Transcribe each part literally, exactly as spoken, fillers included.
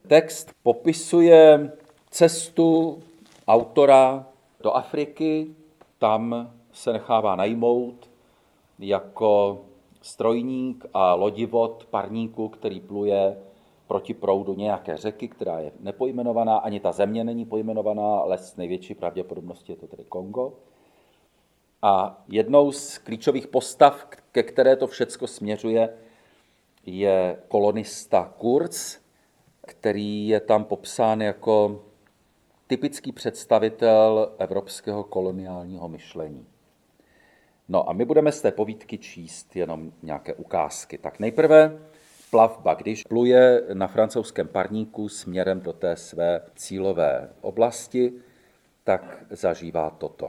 Text popisuje cestu autora do Afriky, tam se nechává najmout jako strojník a lodivod parníku, který pluje proti proudu nějaké řeky, která je nepojmenovaná, ani ta země není pojmenovaná, ale s největší pravděpodobností je to tedy Kongo. A jednou z klíčových postav, ke které to všecko směřuje, je kolonista Kurz, který je tam popsán jako typický představitel evropského koloniálního myšlení. No a my budeme z té povídky číst jenom nějaké ukázky. Tak nejprve plavba, když pluje na francouzském parníku směrem do té své cílové oblasti, tak zažívá toto.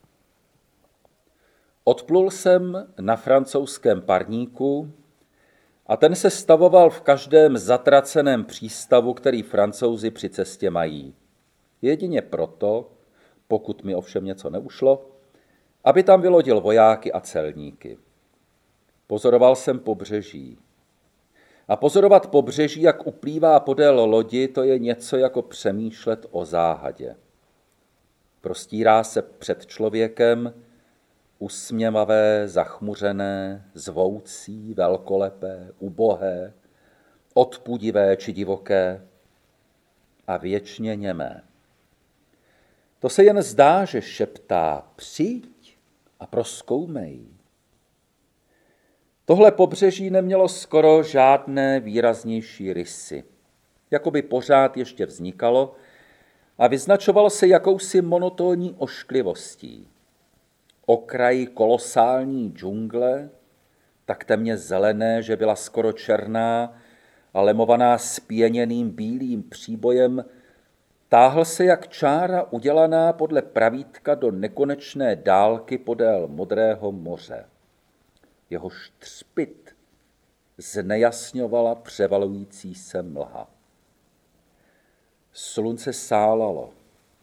Odplul jsem na francouzském parníku a ten se stavoval v každém zatraceném přístavu, který Francouzi při cestě mají. Jedině proto, pokud mi ovšem něco neušlo, aby tam vylodil vojáky a celníky. Pozoroval jsem pobřeží. A pozorovat pobřeží, jak uplývá podél lodi, to je něco jako přemýšlet o záhadě. Prostírá se před člověkem usměvavé, zachmuřené, zvoucí, velkolepé, ubohé, odpudivé či divoké a věčně němé. To se jen zdá, že šeptá: přijď a prozkoumej. Tohle pobřeží nemělo skoro žádné výraznější rysy. Jakoby pořád ještě vznikalo a vyznačovalo se jakousi monotónní ošklivostí. Okraj kolosální džungle, tak temně zelené, že byla skoro černá a lemovaná spěněným bílým příbojem, táhl se jak čára udělaná podle pravítka do nekonečné dálky podél modrého moře. Jehož třpyt znejasňovala převalující se mlha. Slunce sálalo.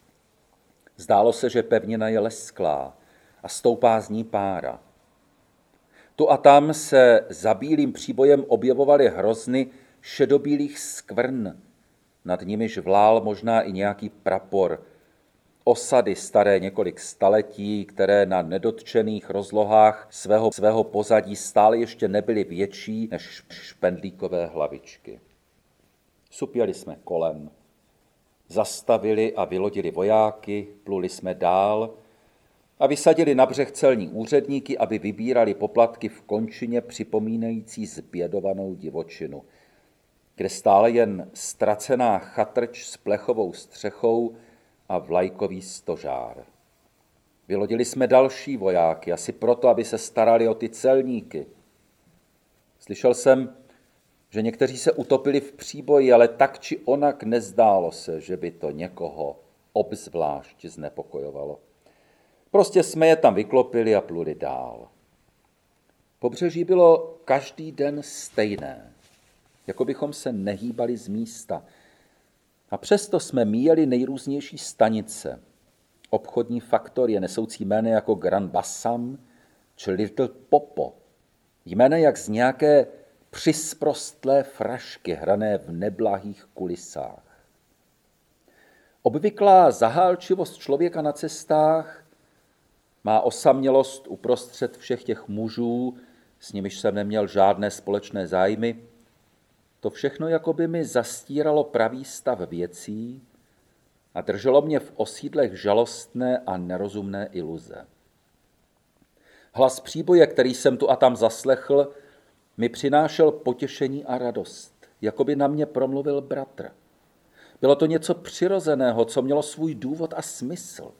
Zdálo se, že pevnina je lesklá a stoupá z ní pára. Tu a tam se za bílým příbojem objevovaly hrozny šedobílých skvrn, nad nimiž vlál možná i nějaký prapor, osady staré několik staletí, které na nedotčených rozlohách svého, svého pozadí stále ještě nebyly větší než špendlíkové hlavičky. Supěli jsme kolem, zastavili a vylodili vojáky, pluli jsme dál a vysadili na břeh celní úředníky, aby vybírali poplatky v končině připomínající zbědovanou divočinu, kde stále jen ztracená chatrč s plechovou střechou a vlajkový stožár. Vylodili jsme další vojáky, asi proto, aby se starali o ty celníky. Slyšel jsem, že někteří se utopili v příboji, ale tak či onak nezdálo se, že by to někoho obzvlášť znepokojovalo. Prostě jsme je tam vyklopili a pluli dál. Pobřeží bylo každý den stejné, jako bychom se nehýbali z místa. A přesto jsme míjeli nejrůznější stanice, obchodní faktorie nesoucí jmény jako Grand Bassam či Little Popo, jména jak z nějaké přisprostlé frašky hrané v neblahých kulisách. Obvyklá zahálčivost člověka na cestách, má osamělost uprostřed všech těch mužů, s nimiž jsem neměl žádné společné zájmy, to všechno jako by mi zastíralo pravý stav věcí a drželo mě v osídlech žalostné a nerozumné iluze. Hlas příboje, který jsem tu a tam zaslechl, mi přinášel potěšení a radost, jako by na mě promluvil bratr. Bylo to něco přirozeného, co mělo svůj důvod a smysl.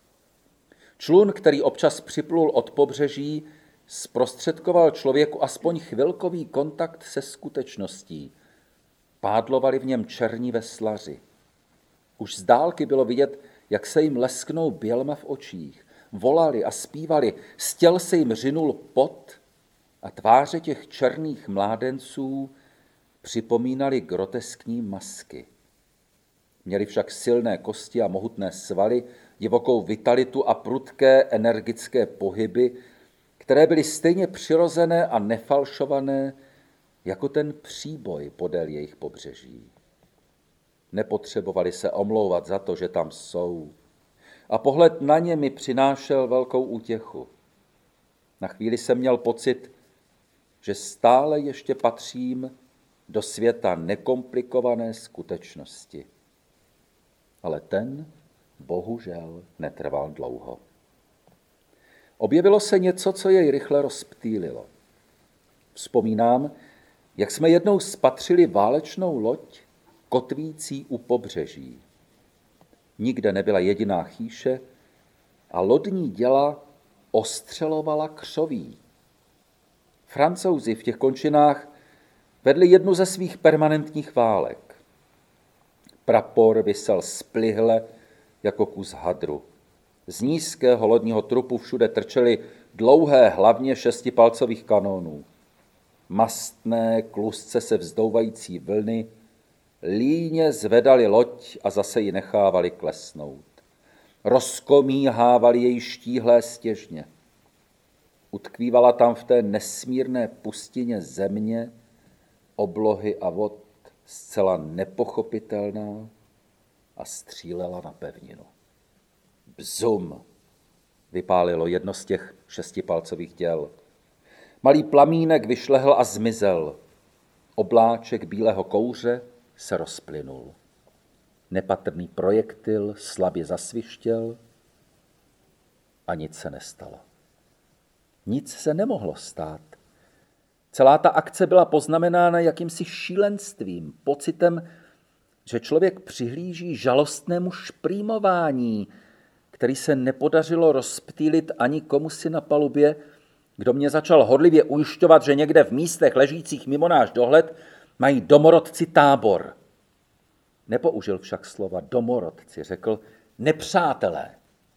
Člun, který občas připlul od pobřeží, zprostředkoval člověku aspoň chvilkový kontakt se skutečností. Pádlovali v něm černí veslaři. Už z dálky bylo vidět, jak se jim lesknou bělma v očích. Volali a zpívali, z těl se jim řinul pot a tváře těch černých mládenců připomínaly groteskní masky. Měli však silné kosti a mohutné svaly, divokou vitalitu a prudké energické pohyby, které byly stejně přirozené a nefalšované jako ten příboj podél jejich pobřeží. Nepotřebovali se omlouvat za to, že tam jsou. A pohled na ně mi přinášel velkou útěchu. Na chvíli jsem měl pocit, že stále ještě patřím do světa nekomplikované skutečnosti. Ale ten bohužel netrval dlouho. Objevilo se něco, co jej rychle rozptýlilo. Vzpomínám, jak jsme jednou spatřili válečnou loď kotvící u pobřeží. Nikde nebyla jediná chýše a lodní děla ostřelovala křoví. Francouzi v těch končinách vedli jednu ze svých permanentních válek. Prapor visel splihle jako kus hadru. Z nízkého lodního trupu všude trčely dlouhé hlavně šestipalcových kanónů. Mastné, klusce se vzdouvající vlny líně zvedali loď a zase ji nechávali klesnout. Rozkomíhávali její štíhlé stěžně. Utkvívala tam v té nesmírné pustině země, oblohy a vod zcela nepochopitelná a střílela na pevninu. Bzum, vypálilo jedno z těch šestipalcových děl. Malý plamínek vyšlehl a zmizel. Obláček bílého kouře se rozplynul. Nepatrný projektil slabě zasvištěl a nic se nestalo. Nic se nemohlo stát. Celá ta akce byla poznamenána jakýmsi šílenstvím, pocitem, že člověk přihlíží žalostnému šprýmování, který se nepodařilo rozptýlit ani komusi na palubě, kdo mě začal horlivě ujišťovat, že někde v místech ležících mimo náš dohled mají domorodci tábor. Nepoužil však slova domorodci, řekl nepřátelé.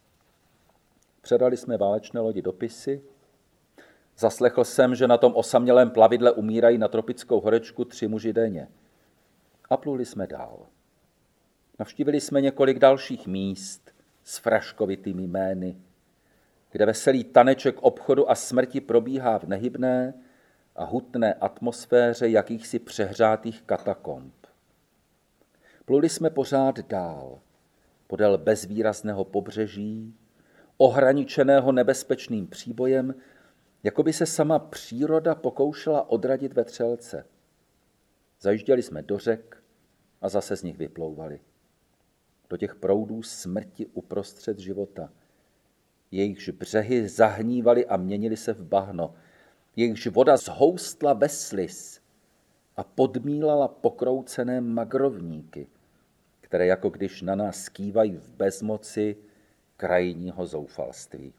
Předali jsme válečné lodi dopisy. Zaslechl jsem, že na tom osamělém plavidle umírají na tropickou horečku tři muži denně. A pluli jsme dál. Navštívili jsme několik dalších míst s fraškovitými jmény, kde veselý taneček obchodu a smrti probíhá v nehybné a hutné atmosféře jakýchsi přehřátých katakomb. Pluli jsme pořád dál, podél bezvýrazného pobřeží, ohraničeného nebezpečným příbojem, jako by se sama příroda pokoušela odradit vetřelce. Zajížděli jsme do řek a zase z nich vyplouvali. Do těch proudů smrti uprostřed života. Jejichž břehy zahnívaly a měnily se v bahno. Jejichž voda zhoustla ve sliz a podmílala pokroucené magrovníky, které jako když na nás skývají v bezmoci krajního zoufalství.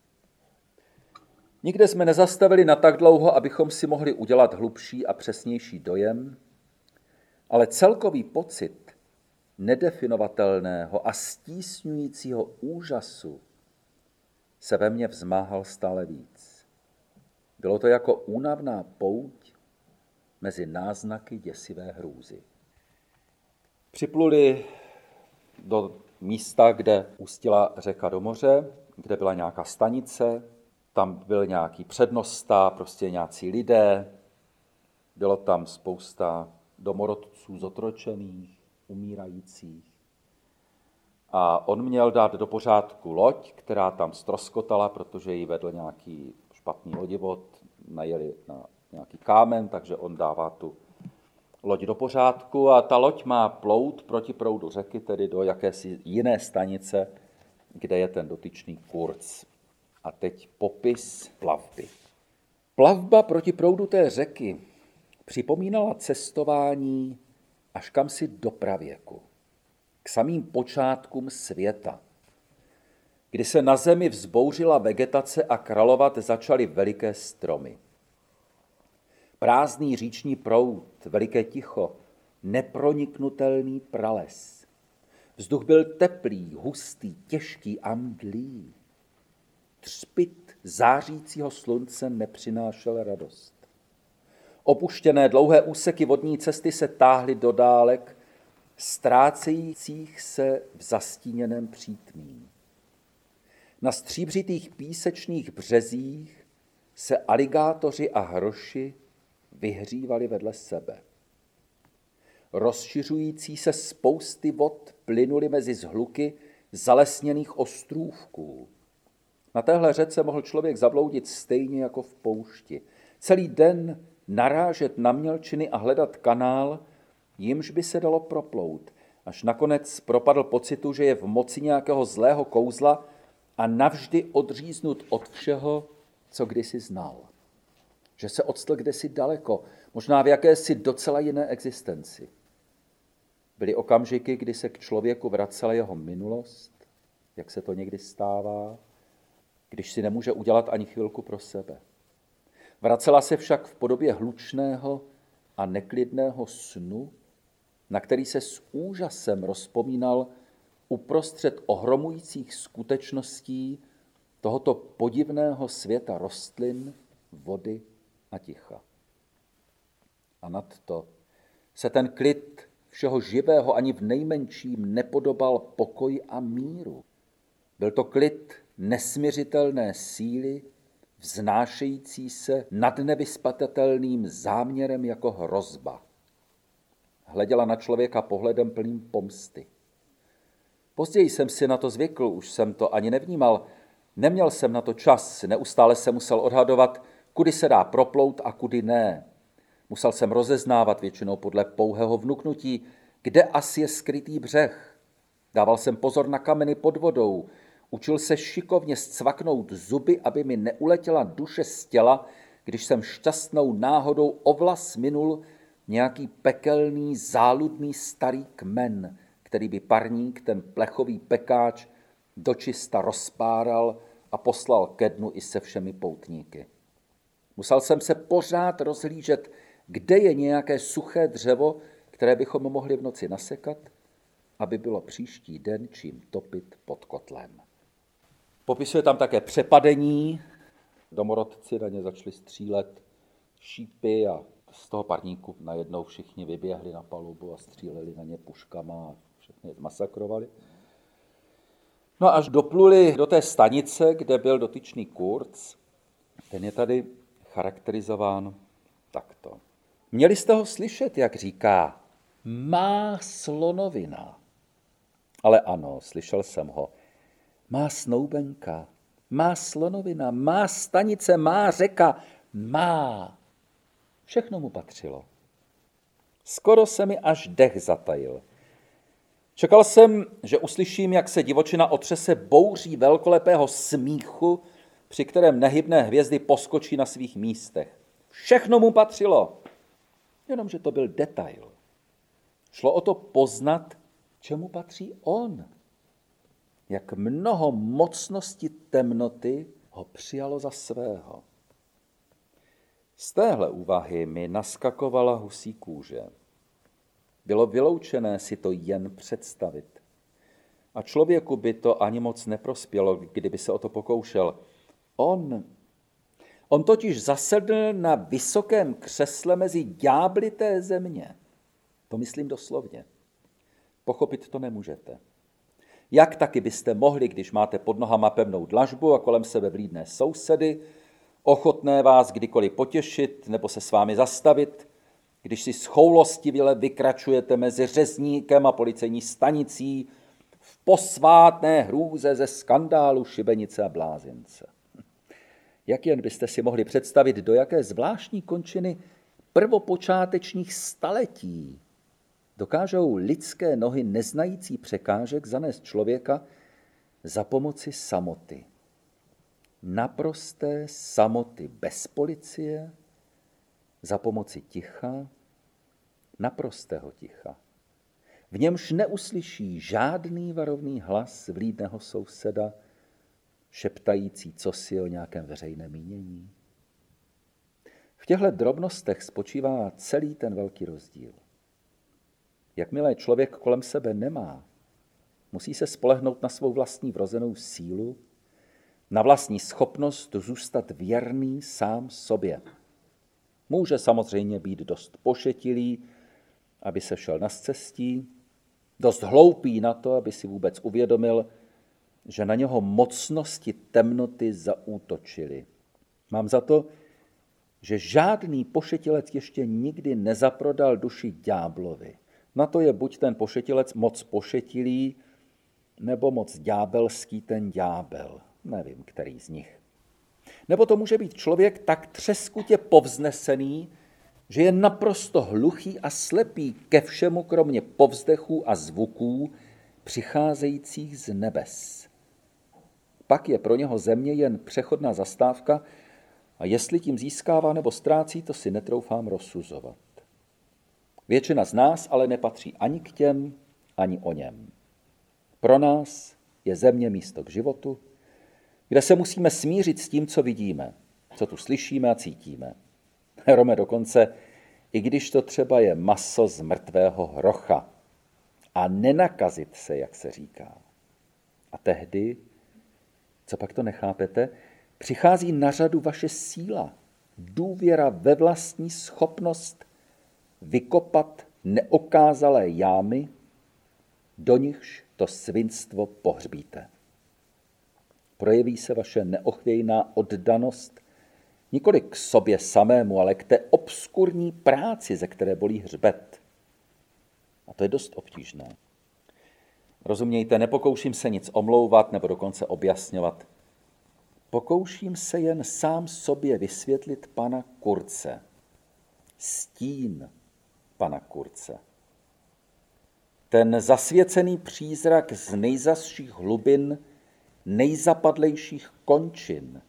Nikde jsme nezastavili na tak dlouho, abychom si mohli udělat hlubší a přesnější dojem, ale celkový pocit nedefinovatelného a stísňujícího úžasu se ve mně vzmáhal stále víc. Bylo to jako únavná pouť mezi náznaky děsivé hrůzy. Připluli do místa, kde ústila řeka do moře, kde byla nějaká stanice, tam byl nějaký přednosta, prostě nějací lidé, bylo tam spousta domorodců zotročených, umírajících. A on měl dát do pořádku loď, která tam ztroskotala, protože ji vedl nějaký špatný lodivod, najeli na nějaký kámen, takže on dává tu loď do pořádku a ta loď má plout proti proudu řeky, tedy do jakési jiné stanice, kde je ten dotyčný kurz. A teď popis plavby. Plavba proti proudu té řeky připomínala cestování až kamsi do pravěku, k samým počátkům světa, kdy se na zemi vzbouřila vegetace a kralovat začaly veliké stromy. Prázdný říční proud, veliké ticho, neproniknutelný prales. Vzduch byl teplý, hustý, těžký a mdlý. Třpyt zářícího slunce nepřinášel radost. Opuštěné dlouhé úseky vodní cesty se táhly do dálek, ztrácejících se v zastíněném přítmí. Na stříbřitých písečných březích se aligátoři a hroši vyhřívali vedle sebe. rozšiřující se spousty vod plynuly mezi zhluky zalesněných ostrůvků. Na téhle řece mohl člověk zabloudit stejně jako v poušti. Celý den narážet na mělčiny a hledat kanál, jimž by se dalo proplout, až nakonec propadl pocitu, že je v moci nějakého zlého kouzla a navždy odříznut od všeho, co kdysi znal. Že se odstl kdesi daleko, možná v jakési docela jiné existenci. Byly okamžiky, kdy se k člověku vracela jeho minulost, jak se to někdy stává, když si nemůže udělat ani chvilku pro sebe. Vracela se však v podobě hlučného a neklidného snu, na který se s úžasem rozpomínal uprostřed ohromujících skutečností tohoto podivného světa rostlin, vody a ticha. A nadto se ten klid všeho živého ani v nejmenším nepodobal pokoji a míru. Byl to klid nesmiřitelné síly, vznášející se nad nevyspatatelným záměrem jako hrozba. Hleděla na člověka pohledem plným pomsty. Později jsem si na to zvykl, už jsem to ani nevnímal. Neměl jsem na to čas, neustále jsem musel odhadovat, kudy se dá proplout a kudy ne. Musel jsem rozeznávat většinou podle pouhého vnuknutí, kde asi je skrytý břeh. Dával jsem pozor na kameny pod vodou, učil se šikovně scvaknout zuby, aby mi neuletěla duše z těla, když jsem šťastnou náhodou o vlas minul nějaký pekelný, záludný starý kmen, který by parník, ten plechový pekáč, dočista rozpáral a poslal ke dnu i se všemi poutníky. Musel jsem se pořád rozhlížet, kde je nějaké suché dřevo, které bychom mohli v noci nasekat, aby bylo příští den čím topit pod kotlem. Popisuje tam také přepadení. Domorodci na ně začali střílet šípy a z toho parníku najednou všichni vyběhli na palubu a stříleli na ně puškama a všechny je zmasakrovali. No až dopluli do té stanice, kde byl dotyčný Kurz, ten je tady charakterizován takto. Měli jste ho slyšet, jak říká, má slonovina. Ale ano, slyšel jsem ho. Má snoubenka, má slonovina, má stanice, má řeka, má. Všechno mu patřilo. Skoro se mi až dech zatajil. Čekal jsem, že uslyším, jak se divočina otřese bouří velkolepého smíchu, při kterém nehybné hvězdy poskočí na svých místech. Všechno mu patřilo, jenomže to byl detail. Šlo o to poznat, čemu patří on. Jak mnoho mocnosti temnoty ho přijalo za svého. Z téhle úvahy mi naskakovala husí kůže. Bylo vyloučené si to jen představit. A člověku by to ani moc neprospělo, kdyby se o to pokoušel. On, on totiž zasedl na vysokém křesle mezi ďábly té země. To myslím doslovně. Pochopit to nemůžete. Jak taky byste mohli, když máte pod nohama pevnou dlažbu a kolem sebe vlídné sousedy, ochotné vás kdykoliv potěšit nebo se s vámi zastavit, když si schoulostivile vykračujete mezi řezníkem a policejní stanicí v posvátné hrůze ze skandálu šibenice a blázince. Jak jen byste si mohli představit, do jaké zvláštní končiny prvopočátečních staletí dokážou lidské nohy neznající překážek zanést člověka za pomoci samoty. Naprosté samoty bez policie, za pomoci ticha, naprostého ticha. V němž neuslyší žádný varovný hlas vlídného souseda, šeptající cosi o nějakém veřejném mínění. V těchto drobnostech spočívá celý ten velký rozdíl. Jakmile člověk kolem sebe nemá, musí se spolehnout na svou vlastní vrozenou sílu, na vlastní schopnost zůstat věrný sám sobě. Může samozřejmě být dost pošetilý, aby se šel na scestí, dost hloupý na to, aby si vůbec uvědomil, že na něho mocnosti temnoty zaútočily. Mám za to, že žádný pošetilec ještě nikdy nezaprodal duši ďáblovi. Na to je buď ten pošetilec moc pošetilý, nebo moc ďábelský ten ďábel. Nevím, který z nich. Nebo to může být člověk tak třeskutě povznesený, že je naprosto hluchý a slepý ke všemu, kromě povzdechů a zvuků přicházejících z nebes. Pak je pro něho země jen přechodná zastávka a jestli tím získává nebo ztrácí, to si netroufám rozsuzovat. Většina z nás ale nepatří ani k těm, ani o něm. Pro nás je země místo k životu, kde se musíme smířit s tím, co vidíme, co tu slyšíme a cítíme. Rome dokonce, i když to třeba je maso z mrtvého hrocha. A nenakazit se, jak se říká. A tehdy, co pak to nechápete, přichází na řadu vaše síla, důvěra ve vlastní schopnost vykopat neokázalé jámy, do nichž to svinstvo pohřbíte. Projeví se vaše neochvějná oddanost nikoli k sobě samému, ale k té obskurní práci, ze které bolí hřbet. A to je dost obtížné. Rozumějte, nepokouším se nic omlouvat nebo dokonce objasňovat. Pokouším se jen sám sobě vysvětlit pana Kurze. Stín pana Kurze. Ten zasvěcený přízrak z nejzazších hlubin, nejzapadlejších končin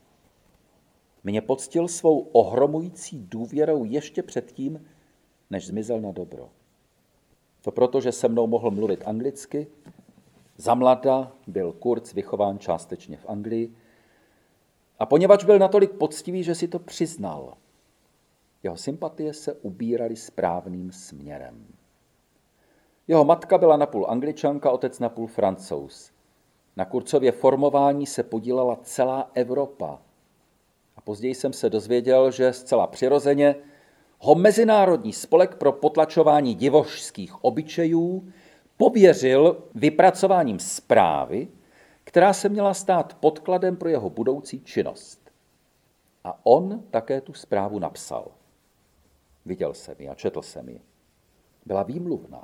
mě poctil svou ohromující důvěrou ještě předtím, než zmizel na dobro. To proto, že se mnou mohl mluvit anglicky, zamlada byl Kurz vychován částečně v Anglii a poněvadž byl natolik poctivý, že si to přiznal, jeho sympatie se ubíraly správným směrem. Jeho matka byla napůl Angličanka, otec napůl Francouz. Na Kurzově formování se podílela celá Evropa. A později jsem se dozvěděl, že zcela přirozeně ho Mezinárodní spolek pro potlačování divošských obyčejů pověřil vypracováním zprávy, která se měla stát podkladem pro jeho budoucí činnost. A on také tu zprávu napsal. Viděl jsem ji a četl jsem ji. Byla výmluvná.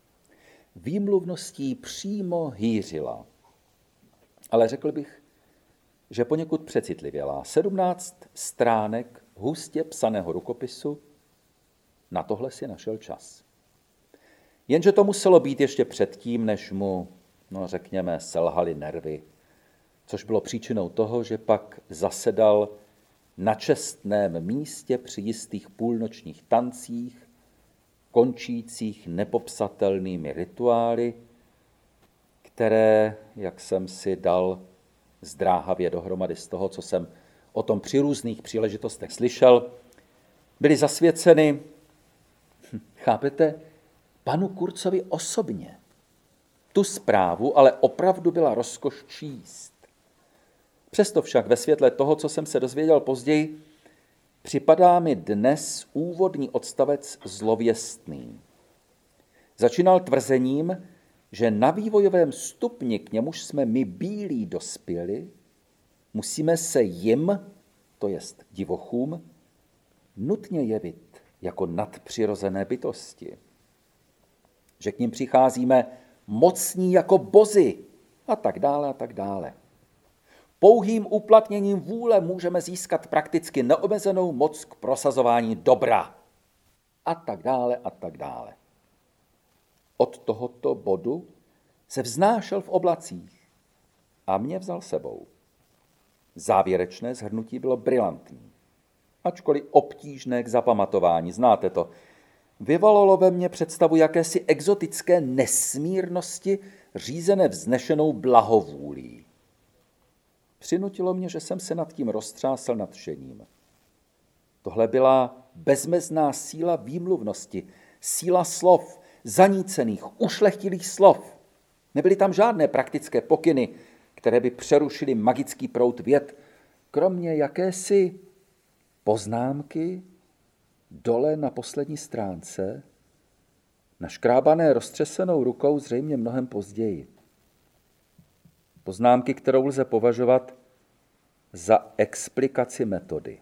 Výmluvností přímo hýřila. Ale řekl bych, že poněkud přecitlivělá. Sedmnáct stránek hustě psaného rukopisu, na tohle si našel čas. Jenže to muselo být ještě předtím, než mu, no řekněme, selhaly nervy, což bylo příčinou toho, že pak zasedal na čestném místě při jistých půlnočních tancích, končících nepopsatelnými rituály, které, jak jsem si dal zdráhavě dohromady z toho, co jsem o tom při různých příležitostech slyšel, byly zasvěceny, chápete, panu Kurzovi osobně. Tu zprávu ale opravdu byla rozkoš číst. Přesto však ve světle toho, co jsem se dozvěděl později, připadá mi dnes úvodní odstavec zlověstný. Začínal tvrzením, že na vývojovém stupni, k němuž jsme my bílí dospěli, musíme se jim, to jest divochům, nutně jevit jako nadpřirozené bytosti. Že k nim přicházíme mocní jako bozi a tak dále a tak dále. Pouhým uplatněním vůle můžeme získat prakticky neomezenou moc k prosazování dobra. A tak dále a tak dále. Od tohoto bodu se vznášel v oblacích a mě vzal sebou. Závěrečné shrnutí bylo brilantní, ačkoliv obtížné k zapamatování, znáte to. Vyvolalo ve mně představu jakési exotické nesmírnosti řízené vznešenou blahovůlí. Přinutilo mě, že jsem se nad tím roztřásl nadšením. Tohle byla bezmezná síla výmluvnosti, síla slov, zanícených, ušlechtilých slov. Nebyly tam žádné praktické pokyny, které by přerušily magický proud vět, kromě jakési poznámky dole na poslední stránce, naškrábané roztřesenou rukou zřejmě mnohem později. Poznámky, kterou lze považovat za explikaci metody.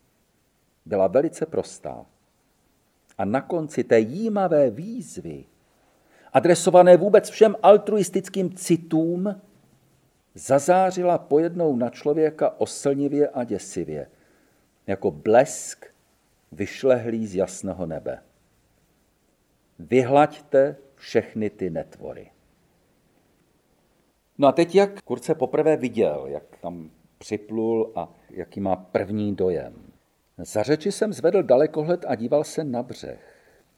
Byla velice prostá. A na konci té jímavé výzvy adresované vůbec všem altruistickým citům, zazářila pojednou na člověka oslnivě a děsivě, jako blesk vyšlehlý z jasného nebe. Vyhlaďte všechny ty netvory. No a teď, jak Kurt se poprvé viděl, jak tam připlul a jaký má první dojem. Za řeči jsem zvedl dalekohled a díval se na břeh.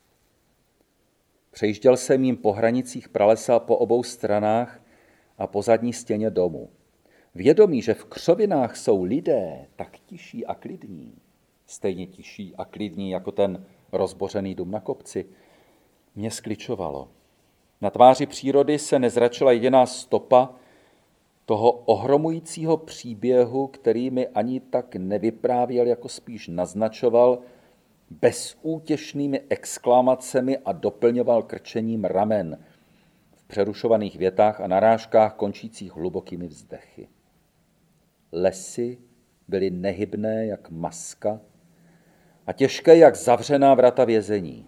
Přejížděl jsem jim po hranicích pralesa po obou stranách a po zadní stěně domu. Vědomí, že v křovinách jsou lidé tak tiší a klidní, stejně tiší a klidní jako ten rozbořený dům na kopci, mě skličovalo. Na tváři přírody se nezračila jediná stopa toho ohromujícího příběhu, který mi ani tak nevyprávěl, jako spíš naznačoval bezútěšnými exklamacemi a doplňoval krčením ramen v přerušovaných větách a narážkách končících hlubokými vzdechy. Lesy byly nehybné jak maska a těžké jak zavřená vrata vězení.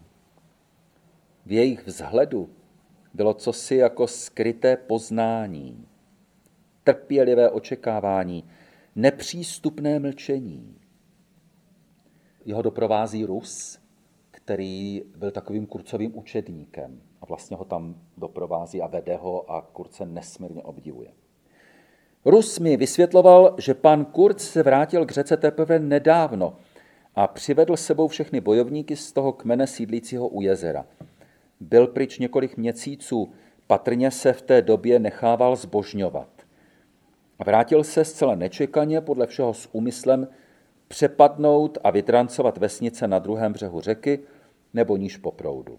V jejich vzhledu bylo cosi jako skryté poznání, trpělivé očekávání, nepřístupné mlčení. Jeho doprovází Rus, který byl takovým Kurcovým učedníkem a vlastně ho tam doprovází a vede ho a Kurt se nesmírně obdivuje. Rus mi vysvětloval, že pan Kurt se vrátil k řece teprve nedávno a přivedl s sebou všechny bojovníky z toho kmene sídlícího u jezera. Byl pryč několik měsíců, patrně se v té době nechával zbožňovat. Vrátil se zcela nečekaně, podle všeho s úmyslem přepadnout a vytrancovat vesnice na druhém břehu řeky nebo níž po proudu.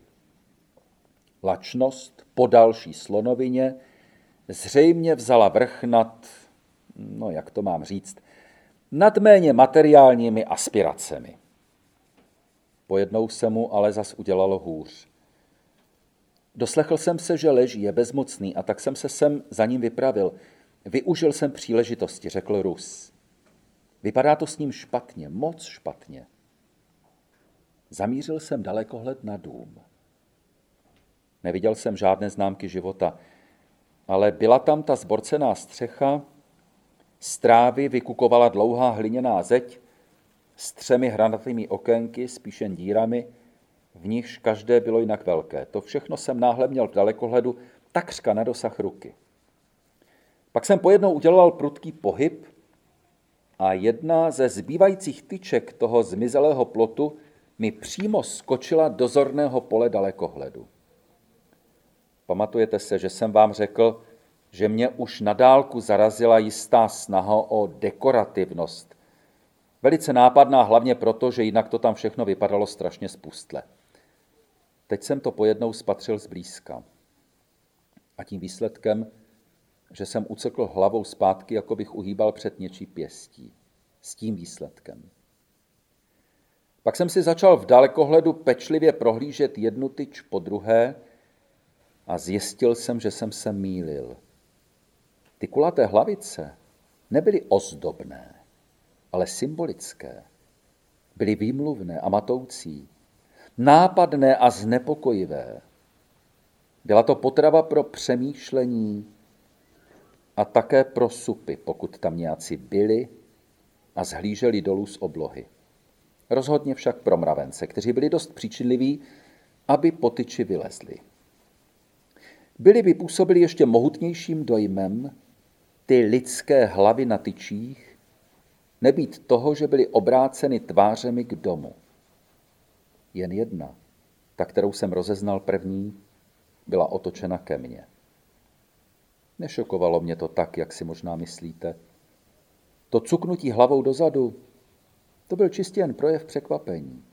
Lačnost po další slonovině zřejmě vzala vrch nad, no jak to mám říct, nad méně materiálními aspiracemi. Pojednou se mu ale zas udělalo hůř. Doslechl jsem se, že leží, je bezmocný, a tak jsem se sem za ním vypravil. Využil jsem příležitosti, řekl Rus. Vypadá to s ním špatně, moc špatně. Zamířil jsem dalekohled na dům. Neviděl jsem žádné známky života, ale byla tam ta zborcená střecha, z trávy vykukovala dlouhá hliněná zeď s třemi hranatými okénky, spíš jen dírami, v nichž každé bylo jinak velké. To všechno jsem náhle měl v dalekohledu takřka na dosah ruky. Pak jsem pojednou udělal prudký pohyb a jedna ze zbývajících tyček toho zmizelého plotu mi přímo skočila do zorného pole dalekohledu. Pamatujete se, že jsem vám řekl, že mě už na dálku zarazila jistá snaha o dekorativnost. Velice nápadná, hlavně proto, že jinak to tam všechno vypadalo strašně spustle. Teď jsem to pojednou spatřil zblízka. A tím výsledkem, že jsem ucekl hlavou zpátky, jako bych uhýbal před něčí pěstí. S tím výsledkem. Pak jsem si začal v dalekohledu pečlivě prohlížet jednu tyč po druhé a zjistil jsem, že jsem se mýlil. Ty kulaté hlavice nebyly ozdobné, ale symbolické. Byly výmluvné a matoucí, nápadné a znepokojivé. Byla to potrava pro přemýšlení a také pro supy, pokud tam nějací byli a zhlíželi dolů z oblohy. Rozhodně však pro mravence, kteří byli dost příčinliví, aby po tyči vylezli. Byli by působili ještě mohutnějším dojmem ty lidské hlavy na tyčích, nebýt toho, že byly obráceny tvářemi k domu. Jen jedna, ta, kterou jsem rozeznal první, byla otočena ke mně. Nešokovalo mě to tak, jak si možná myslíte. To cuknutí hlavou dozadu, to byl čistě jen projev překvapení.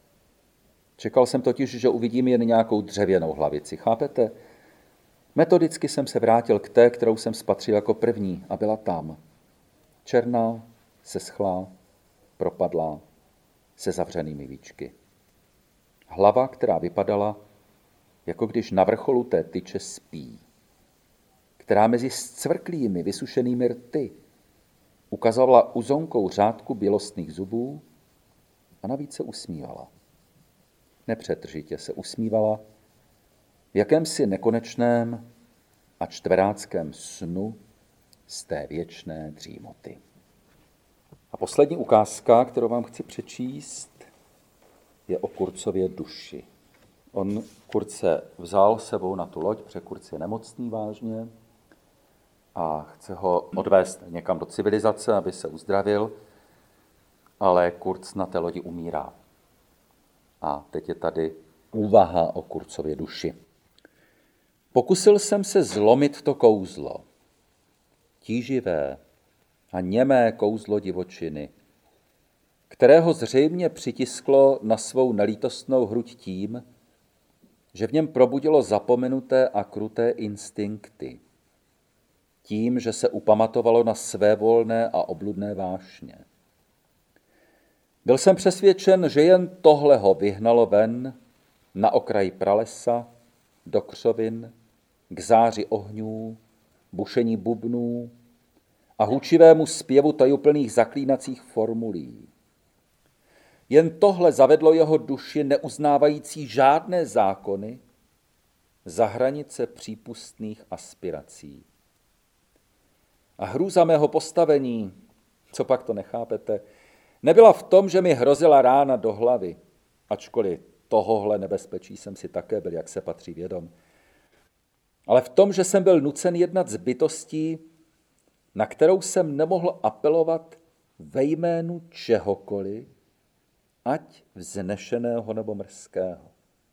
Čekal jsem totiž, že uvidím jen nějakou dřevěnou hlavici, chápete? Metodicky jsem se vrátil k té, kterou jsem spatřil jako první, a byla tam. Černá, seschlá, propadlá, se zavřenými víčky. Hlava, která vypadala, jako když na vrcholu té tyče spí, která mezi scvrklými, vysušenými rty ukazovala uzonkou řádku bělostných zubů a navíc se usmívala. Nepřetržitě se usmívala v jakémsi nekonečném a čtveráckém snu z té věčné dřímoty. A poslední ukázka, kterou vám chci přečíst, je o Kurcově duši. On Kurce vzal sebou na tu loď, protože Kurc je nemocný vážně a chce ho odvést někam do civilizace, aby se uzdravil, ale Kurc na té lodi umírá. A teď je tady úvaha o Kurcově duši. Pokusil jsem se zlomit to kouzlo, tíživé a němé kouzlo divočiny, kterého zřejmě přitisklo na svou nelítostnou hruď tím, že v něm probudilo zapomenuté a kruté instinkty, tím, že se upamatovalo na svévolné a obludné vášně. Byl jsem přesvědčen, že jen tohle ho vyhnalo ven na okraj pralesa, do křovin, k záři ohňů, bušení bubnů a hučivému zpěvu tajuplných zaklínacích formulí. Jen tohle zavedlo jeho duši, neuznávající žádné zákony, za hranice přípustných aspirací. A hrůza mého postavení, co pak to nechápete, nebyla v tom, že mi hrozila rána do hlavy, ačkoliv tohohle nebezpečí jsem si také byl, jak se patří, vědom, ale v tom, že jsem byl nucen jednat s bytostí, na kterou jsem nemohl apelovat ve jménu čehokoliv, ať vznešeného nebo mrzkého.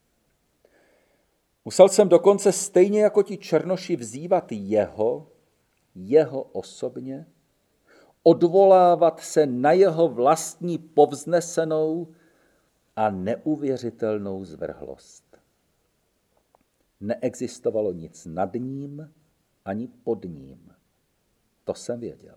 Musel jsem dokonce stejně jako ti černoši vzývat jeho, jeho osobně, odvolávat se na jeho vlastní povznesenou a neuvěřitelnou zvrhlost. Neexistovalo nic nad ním ani pod ním. To jsem věděl.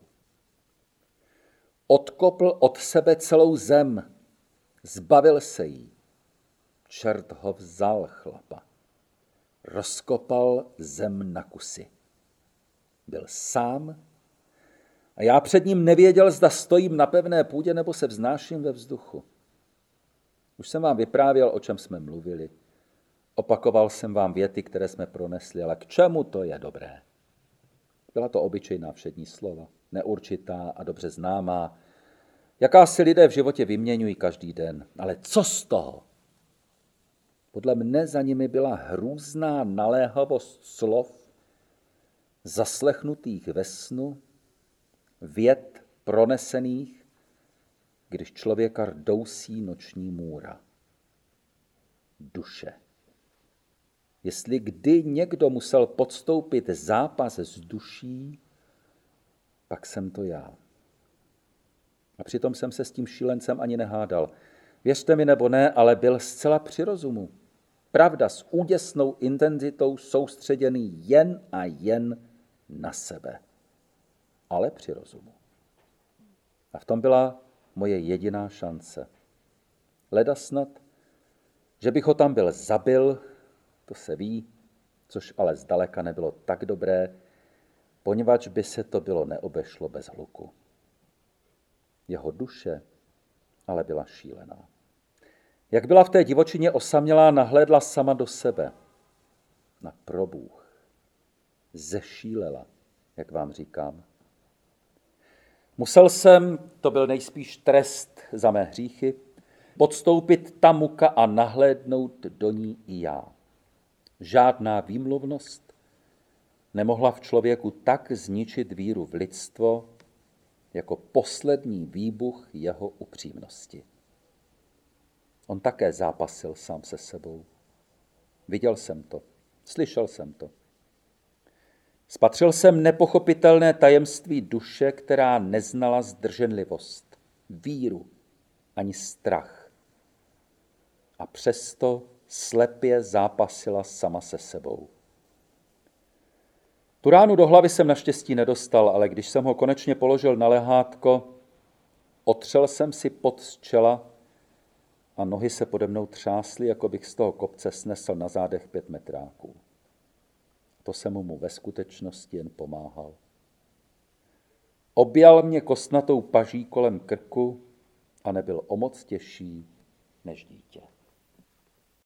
Odkopl od sebe celou zem, zbavil se jí. Čert ho vzal, chlapa. Rozkopal zem na kusy. Byl sám a já před ním nevěděl, zda stojím na pevné půdě nebo se vznáším ve vzduchu. Už jsem vám vyprávěl, o čem jsme mluvili. Opakoval jsem vám věty, které jsme pronesli, ale k čemu to je dobré? Byla to obyčejná všední slova, neurčitá a dobře známá, jaká si lidé v životě vyměňují každý den. Ale co z toho? Podle mne za nimi byla hrůzná naléhavost slov, zaslechnutých ve snu, vět pronesených, když člověka rdousí noční můra. Duše. Jestli kdy někdo musel podstoupit zápas s duší, pak jsem to já. A přitom jsem se s tím šílencem ani nehádal. Věřte mi nebo ne, ale byl zcela při rozumu. Pravda, s úděsnou intenzitou soustředěný jen a jen na sebe. Ale při rozumu. A v tom byla moje jediná šance. Leda snad, že bych ho tam byl zabil, to se ví, což ale zdaleka nebylo tak dobré, poněvadž by se to bylo neobešlo bez hluku. Jeho duše ale byla šílená. Jak byla v té divočině osamělá, nahlédla sama do sebe. Na probůh. Zešílela, jak vám říkám. Musel jsem, to byl nejspíš trest za mé hříchy, podstoupit ta muka a nahlédnout do ní i já. Žádná výmluvnost nemohla v člověku tak zničit víru v lidstvo, jako poslední výbuch jeho upřímnosti. On také zápasil sám se sebou. Viděl jsem to, slyšel jsem to. Spatřil jsem nepochopitelné tajemství duše, která neznala zdrženlivost, víru ani strach. A přesto slepě zápasila sama se sebou. Tu ránu do hlavy jsem naštěstí nedostal, ale když jsem ho konečně položil na lehátko, otřel jsem si pot z čela a nohy se pode mnou třásly, jako bych z toho kopce snesl na zádech pět metráků. To jsem mu ve skutečnosti jen pomáhal. Objal mě kostnatou paží kolem krku a nebyl o moc těžší než dítě.